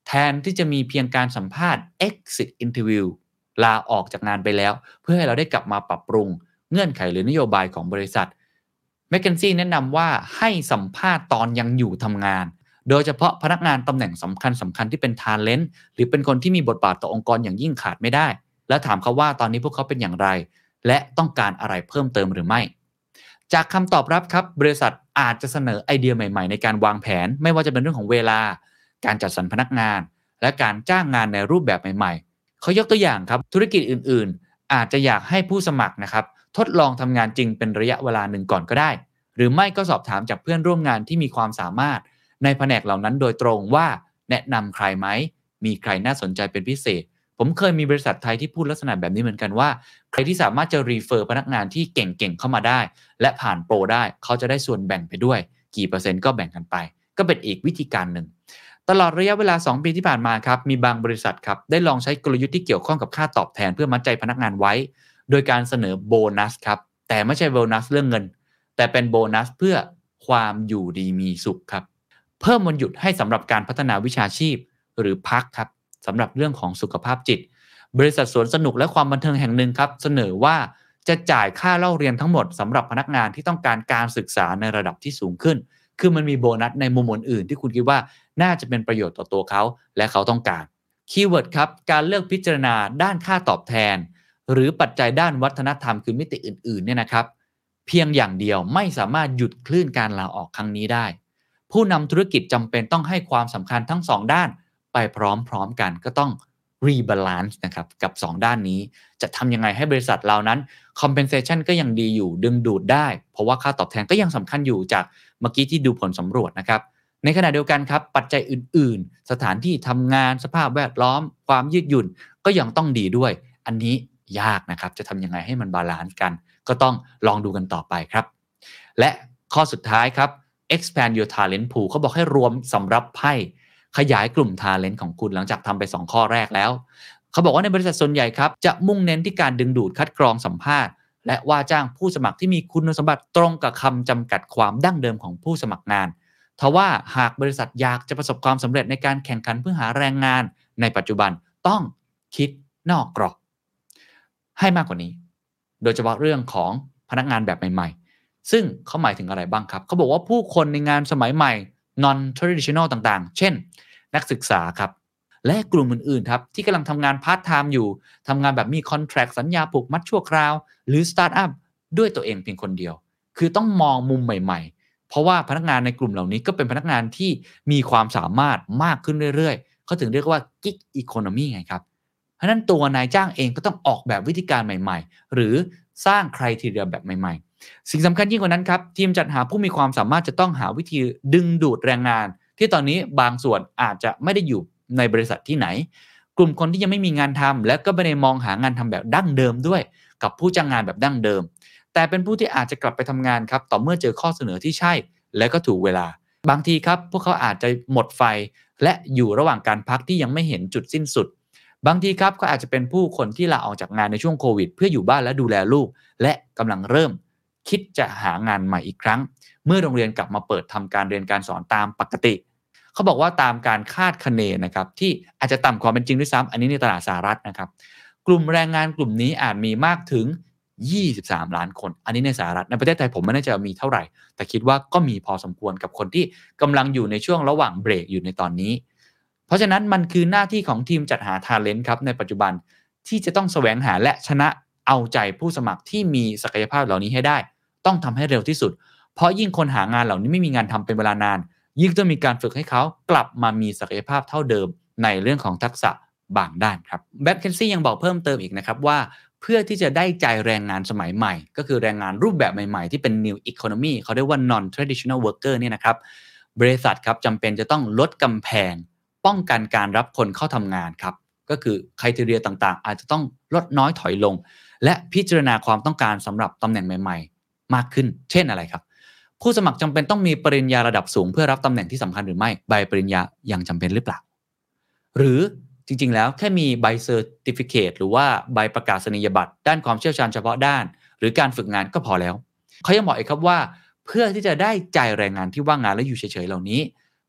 แทนที่จะมีเพียงการสัมภาษณ์ exit interview ลาออกจากงานไปแล้วเพื่อให้เราได้กลับมาปรับปรุงเงื่อนไขหรือนโยบายของบริษัท McKinsey แนะนำว่าให้สัมภาษณ์ตอนยังอยู่ทำงานโดยเฉพาะพนักงานตำแหน่งสำคัญสำคัญที่เป็น talent หรือเป็นคนที่มีบทบาทต่อองค์กรอย่างยิ่งขาดไม่ได้และถามเขาว่าตอนนี้พวกเขาเป็นอย่างไรและต้องการอะไรเพิ่มเติมหรือไม่จากคำตอบรับครับบริษัทอาจจะเสนอไอเดียใหม่ๆในการวางแผนไม่ว่าจะเป็นเรื่องของเวลาการจัดสรรพนักงานและการจ้างงานในรูปแบบใหม่ๆเขายกตัวอย่างครับธุรกิจอื่นๆอาจจะอยากให้ผู้สมัครนะครับทดลองทำงานจริงเป็นระยะเวลาหนึ่งก่อนก็ได้หรือไม่ก็สอบถามจากเพื่อนร่วมงานที่มีความสามารถในแผนกเหล่านั้นโดยตรงว่าแนะนำใครไหมมีใครน่าสนใจเป็นพิเศษผมเคยมีบริษัทไทยที่พูดลักษณะแบบนี้เหมือนกันว่าใครที่สามารถจะรีเฟอร์พนักงานที่เก่งๆเข้ามาได้และผ่านโปรได้เขาจะได้ส่วนแบ่งไปด้วยกี่เปอร์เซ็นต์ก็แบ่งกันไปก็เป็นอีกวิธีการหนึ่งตลอดระยะเวลาสองปีที่ผ่านมาครับมีบางบริษัทครับได้ลองใช้กลยุทธ์ที่เกี่ยวข้องกับค่าตอบแทนเพื่อมัดใจพนักงานไว้โดยการเสนอโบนัสครับแต่ไม่ใช่โบนัสเรื่องเงินแต่เป็นโบนัสเพื่อความอยู่ดีมีสุขครับเพิ่มวันหยุดให้สำหรับการพัฒนาวิชาชีพหรือพักครับสำหรับเรื่องของสุขภาพจิตบริษัทสวนสนุกและความบันเทิงแห่งหนึ่งครับเสนอว่าจะจ่ายค่าเล่าเรียนทั้งหมดสำหรับพนักงานที่ต้องการการศึกษาในระดับที่สูงขึ้นคือมันมีโบนัสในมุมอื่นๆที่คุณคิดว่าน่าจะเป็นประโยชน์ต่อตัวเขาและเขาต้องการคีย์เวิร์ดครับการเลือกพิจารณาด้านค่าตอบแทนหรือปัจจัยด้านวัฒนธรรมคือมิติอื่นๆเนี่ยนะครับเพียงอย่างเดียวไม่สามารถหยุดคลื่นการลาออกครั้งนี้ได้ผู้นำธุรกิจจำเป็นต้องให้ความสำคัญทั้งสองด้านไปพร้อมๆกันก็ต้องรีบาลานซ์นะครับกับสองด้านนี้จะทำยังไงให้บริษัทเรานั้น compensation ก็ยังดีอยู่ดึงดูดได้เพราะว่าค่าตอบแทนก็ยังสำคัญอยู่จากเมื่อกี้ที่ดูผลสำรวจนะครับในขณะเดียวกันครับปัจจัยอื่นๆสถานที่ทำงานสภาพแวดล้อมความยืดหยุ่นก็ยังต้องดีด้วยอันนี้ยากนะครับจะทำยังไงให้มันบาลานซ์กันก็ต้องลองดูกันต่อไปครับและข้อสุดท้ายครับ expand your talent pool เขาบอกให้รวมสำรับไพ่ขยายกลุ่ม talent ของคุณหลังจากทำไปสองข้อแรกแล้วเขาบอกว่าในบริษัทส่วนใหญ่ครับจะมุ่งเน้นที่การดึงดูดคัดกรองสัมภาษณ์และว่าจ้างผู้สมัครที่มีคุณสมบัติตรงกับคำจำกัดความดั้งเดิมของผู้สมัครงานทว่าหากบริษัทอยากจะประสบความสำเร็จในการแข่งขันเพื่อหาแรงงานในปัจจุบันต้องคิดนอกกรอบให้มากกว่านี้โดยเฉพาะเรื่องของพนักงานแบบใหม่ๆซึ่งเขาหมายถึงอะไรบ้างครับเขาบอกว่าผู้คนในงานสมัยใหม่ non traditional ต่างๆเช่นนักศึกษาครับและกลุ่มอื่นๆครับที่กำลังทำงานพาร์ทไทม์อยู่ทำงานแบบมีคอนแทรคสัญญาผูกมัดชั่วคราวหรือสตาร์ทอัพด้วยตัวเองเพียงคนเดียวคือต้องมองมุมใหม่ๆเพราะว่าพนักงานในกลุ่มเหล่านี้ก็เป็นพนักงานที่มีความสามารถมากขึ้นเรื่อยๆเขาถึงเรียกว่า gig economy ไงครับเพราะนั้นตัวนายจ้างเองก็ต้องออกแบบวิธีการใหม่ๆหรือสร้างไครทีเรียแบบใหม่ๆสิ่งสำคัญยิ่งกว่านั้นครับทีมจัดหาผู้มีความสามารถจะต้องหาวิธีดึงดูดแรงงานที่ตอนนี้บางส่วนอาจจะไม่ได้อยู่ในบริษัทที่ไหนกลุ่มคนที่ยังไม่มีงานทำและก็ไม่ได้มองหางานทำแบบดั้งเดิมด้วยกับผู้จ้างงานแบบดั้งเดิมแต่เป็นผู้ที่อาจจะกลับไปทำงานครับต่อเมื่อเจอข้อเสนอที่ใช่และก็ถูกเวลาบางทีครับพวกเขาอาจจะหมดไฟและอยู่ระหว่างการพักที่ยังไม่เห็นจุดสิ้นสุดบางทีครับก็อาจจะเป็นผู้คนที่ลาออกจากงานในช่วงโควิดเพื่ออยู่บ้านและดูแลลูกและกำลังเริ่มคิดจะหางานใหม่อีกครั้งเมื่อโรงเรียนกลับมาเปิดทำการเรียนการสอนตามปกติเขาบอกว่าตามการคาดคะเนนะครับที่อาจจะต่ำกว่าเป็นจริงด้วยซ้ำอันนี้ในตลาดสหรัฐนะครับกลุ่มแรงงานกลุ่มนี้อาจมีมากถึงยี่สิบสามล้านคนอันนี้ในสหรัฐในประเทศไทยผมไม่แน่ใจว่ามีเท่าไหร่แต่คิดว่าก็มีพอสมควรกับคนที่กำลังอยู่ในช่วงระหว่างเบรกอยู่ในตอนนี้เพราะฉะนั้นมันคือหน้าที่ของทีมจัดหา talent ครับในปัจจุบันที่จะต้องแสวงหาและชนะเอาใจผู้สมัครที่มีศักยภาพเหล่านี้ให้ได้ต้องทำให้เร็วที่สุดเพราะยิ่งคนหางานเหล่านี้ไม่มีงานทำเป็นเวลานานยิ่งต้องมีการฝึกให้เขากลับมามีศักยภาพเท่าเดิมในเรื่องของทักษะบางด้านครับแบ็คเคนซี่ยังบอกเพิ่มเติมอีกนะครับว่าเพื่อที่จะได้ใจแรงงานสมัยใหม่ก็คือแรงงานรูปแบบใหม่ๆที่เป็น new economy เขาเรียกว่า non traditional worker เนี่ยนะครับบริษัทครับจำเป็นจะต้องลดกำแพงป้องกันการรับคนเข้าทำงานครับก็คือไครทีเรียต่างๆอาจจะต้องลดน้อยถอยลงและพิจารณาความต้องการสำหรับตำแหน่งใหม่ๆมากขึ้นเช่นอะไรครับผู้สมัครจำเป็นต้องมีปริญญาระดับสูงเพื่อรับตำแหน่งที่สำคัญหรือไม่ใบปริญญายังจำเป็นหรือเปล่าหรือจริงๆแล้วแค่มีใบเซอร์ติฟิเคตหรือว่าใบประกาศนียบัตรด้านความเชี่ยวชาญเฉพาะด้านหรือการฝึกงานก็พอแล้วเขายังบอกอีกครับว่าเพื่อที่จะได้ใจแรงงานที่ว่างงานและอยู่เฉยๆเหล่านี้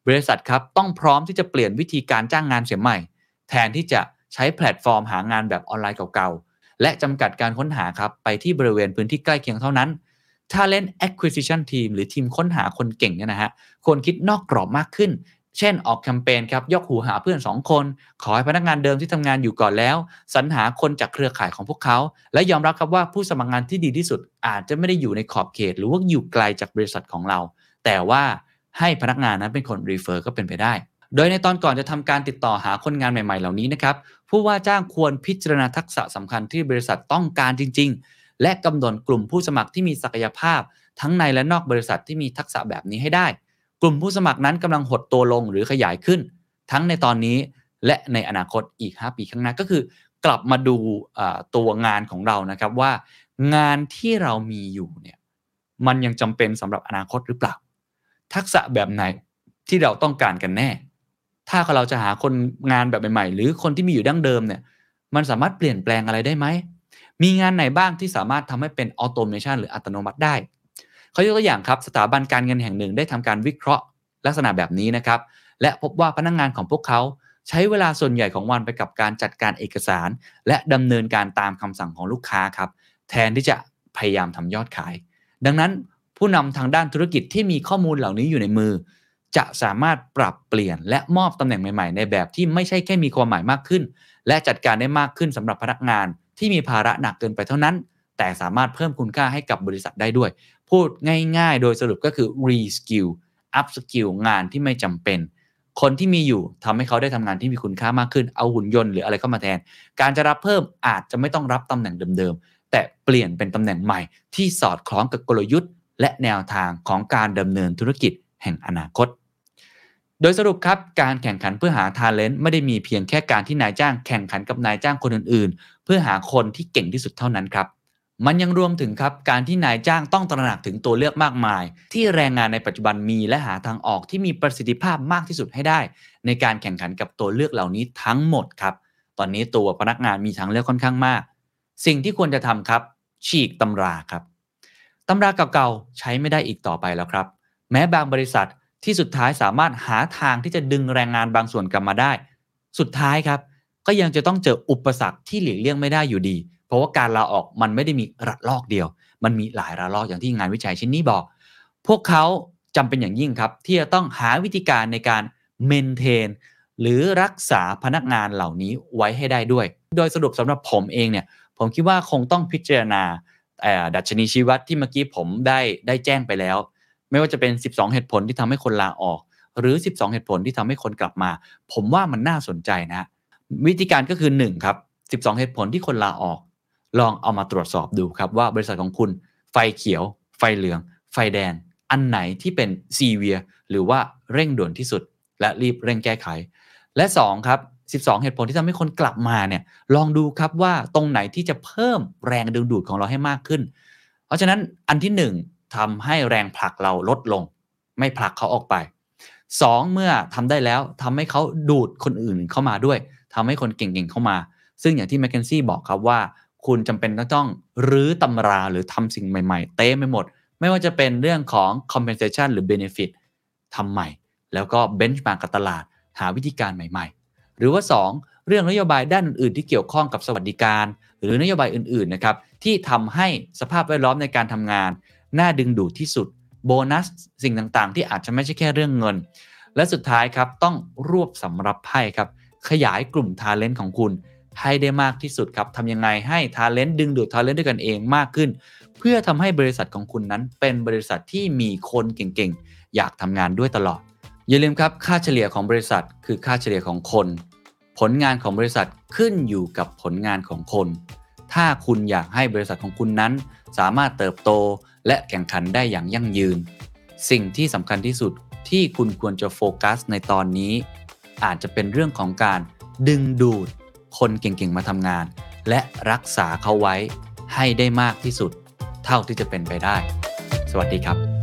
บริษัทครับต้องพร้อมที่จะเปลี่ยนวิธีการจ้างงานเสียใหม่แทนที่จะใช้แพลตฟอร์มหางานแบบออนไลน์เก่าๆและจำกัดการค้นหาครับไปที่บริเวณพื้นที่ใกล้เคียงเท่านั้น Talent Acquisition Team หรือทีมค้นหาคนเก่งเนี่ยนะฮะควรคิดนอกกรอบมากขึ้นเช่นออกแคมเปญครับยกหูหาเพื่อนสองคนขอให้พนักงานเดิมที่ทำงานอยู่ก่อนแล้วสรรหาคนจากเครือข่ายของพวกเขาและยอมรับครับว่าผู้สมัครงานที่ดีที่สุดอาจจะไม่ได้อยู่ในขอบเขตหรือว่าอยู่ไกลจากบริษัทของเราแต่ว่าให้พนักงานนั้นเป็นคนรีเฟอร์ก็เป็นไปได้โดยในตอนก่อนจะทำการติดต่อหาคนงานใหม่ๆเหล่านี้นะครับผู้ว่าจ้างควรพิจารณาทักษะสำคัญที่บริษัทต้องการจริงๆและกำหนดกลุ่มผู้สมัครที่มีศักยภาพทั้งในและนอกบริษัทที่มีทักษะแบบนี้ให้ได้กลุ่มผู้สมัครนั้นกำลังหดตัวลงหรือขยายขึ้นทั้งในตอนนี้และในอนาคตอีกห้าปีข้างหน้าก็คือกลับมาดูตัวงานของเรานะครับว่างานที่เรามีอยู่เนี่ยมันยังจำเป็นสำหรับอนาคตหรือเปล่าทักษะแบบไหนที่เราต้องการกันแน่ถ้าเราจะหาคนงานแบบใหม่ๆหรือคนที่มีอยู่ดั้งเดิมเนี่ยมันสามารถเปลี่ยนแปลงอะไรได้ไหมมีงานไหนบ้างที่สามารถทำให้เป็นออโตเมชันหรืออัตโนมัติได้เขายกตัวอย่างครับสถาบันการเงินแห่งหนึ่งได้ทำการวิเคราะห์ลักษณะแบบนี้นะครับและพบว่าพนักงานของพวกเขาใช้เวลาส่วนใหญ่ของวันไปกับการจัดการเอกสารและดำเนินการตามคำสั่งของลูกค้าครับแทนที่จะพยายามทำยอดขายดังนั้นผู้นำทางด้านธุรกิจที่มีข้อมูลเหล่านี้อยู่ในมือจะสามารถปรับเปลี่ยนและมอบตำแหน่งใหม่ๆในแบบที่ไม่ใช่แค่มีความหมายมากขึ้นและจัดการได้มากขึ้นสำหรับพนักงานที่มีภาระหนักเกินไปเท่านั้นแต่สามารถเพิ่มคุณค่าให้กับบริษัทได้ด้วยพูดง่ายๆโดยสรุปก็คือ reskill upskill งานที่ไม่จำเป็นคนที่มีอยู่ทำให้เขาได้ทำงานที่มีคุณค่ามากขึ้นเอาหุ่นยนต์หรืออะไรเข้ามาแทนการจะรับเพิ่มอาจจะไม่ต้องรับตำแหน่งเดิมๆแต่เปลี่ยนเป็นตำแหน่งใหม่ที่สอดคล้องกับกลยุทธ์และแนวทางของการดำเนินธุรกิจแห่งอนาคตโดยสรุปครับการแข่งขันเพื่อหา talent ไม่ได้มีเพียงแค่การที่นายจ้างแข่งขันกับนายจ้างคนอื่นๆเพื่อหาคนที่เก่งที่สุดเท่านั้นครับมันยังรวมถึงครับการที่นายจ้างต้องตระหนักถึงตัวเลือกมากมายที่แรงงานในปัจจุบันมีและหาทางออกที่มีประสิทธิภาพมากที่สุดให้ได้ในการแข่งขันกับตัวเลือกเหล่านี้ทั้งหมดครับตอนนี้ตัวพนักงานมีทางเลือกค่อนข้างมากสิ่งที่ควรจะทำครับฉีกตำราครับตำราเก่าๆใช้ไม่ได้อีกต่อไปแล้วครับแม้บางบริษัทที่สุดท้ายสามารถหาทางที่จะดึงแรงงานบางส่วนกลับมาได้สุดท้ายครับก็ยังจะต้องเจออุปสรรคที่หลีกเลี่ยงไม่ได้อยู่ดีเพราะว่าการลาออกมันไม่ได้มีระลอกเดียวมันมีหลายระลอกอย่างที่งานวิจัยชิ้นนี้บอกพวกเขาจำเป็นอย่างยิ่งครับที่จะต้องหาวิธีการในการเมนเทนหรือรักษาพนักงานเหล่านี้ไว้ให้ได้ด้วยโดยสรุปสำหรับผมเองเนี่ยผมคิดว่าคงต้องพิจารณาดัชนีชี้วัดที่เมื่อกี้ผมได้ได้แจ้งไปแล้วไม่ว่าจะเป็นสิบสองเหตุผลที่ทำให้คนลาออกหรือสิบสองเหตุผลที่ทำให้คนกลับมาผมว่ามันน่าสนใจนะวิธีการก็คือหนึ่งครับสิบสองเหตุผลที่คนลาออกลองเอามาตรวจสอบดูครับว่าบริษัทของคุณไฟเขียวไฟเหลืองไฟแดงอันไหนที่เป็นซีเวียหรือว่าเร่งด่วนที่สุดและรีบเร่งแก้ไขและสองครับสิบสองเหตุผลที่ทำให้คนกลับมาเนี่ยลองดูครับว่าตรงไหนที่จะเพิ่มแรงดึงดูดของเราให้มากขึ้นเพราะฉะนั้นอันที่หนึ่งทำให้แรงผลักเราลดลงไม่ผลักเขาออกไปสองเมื่อทำได้แล้วทำให้เขาดูดคนอื่นเข้ามาด้วยทำให้คนเก่งๆเข้ามาซึ่งอย่างที่แมคเคนซี่บอกครับว่าคุณจำเป็นต้องรื้อตำราหรือทำสิ่งใหม่ๆเต็มไปหมดไม่ว่าจะเป็นเรื่องของ compensation หรือ benefit ทำใหม่แล้วก็ benchmark กับตลาดหาวิธีการใหม่ๆหรือว่าสองเรื่องนโยบายด้านอื่นๆที่เกี่ยวข้องกับสวัสดิการหรือนโยบายอื่นๆนะครับที่ทำให้สภาพแวดล้อมในการทำงานน่าดึงดูดที่สุดโบนัสสิ่งต่างๆที่อาจจะไม่ใช่แค่เรื่องเงินและสุดท้ายครับต้องรวบสำรับไพ่ครับขยายกลุ่ม talent ของคุณให้ได้มากที่สุดครับทำยังไงให้ talent ดึงดูด talent ด้วยกันเองมากขึ้นเพื่อทำให้บริษัทของคุณนั้นเป็นบริษัทที่มีคนเก่งๆอยากทำงานด้วยตลอดอย่าลืมครับค่าเฉลี่ยของบริษัทคือค่าเฉลี่ยของคนผลงานของบริษัทขึ้นอยู่กับผลงานของคนถ้าคุณอยากให้บริษัทของคุณนั้นสามารถเติบโตและแข่งขันได้อย่างยั่งยืนสิ่งที่สำคัญที่สุดที่คุณควรจะโฟกัสในตอนนี้อาจจะเป็นเรื่องของการดึงดูดคนเก่งๆมาทำงานและรักษาเขาไว้ให้ได้มากที่สุดเท่าที่จะเป็นไปได้สวัสดีครับ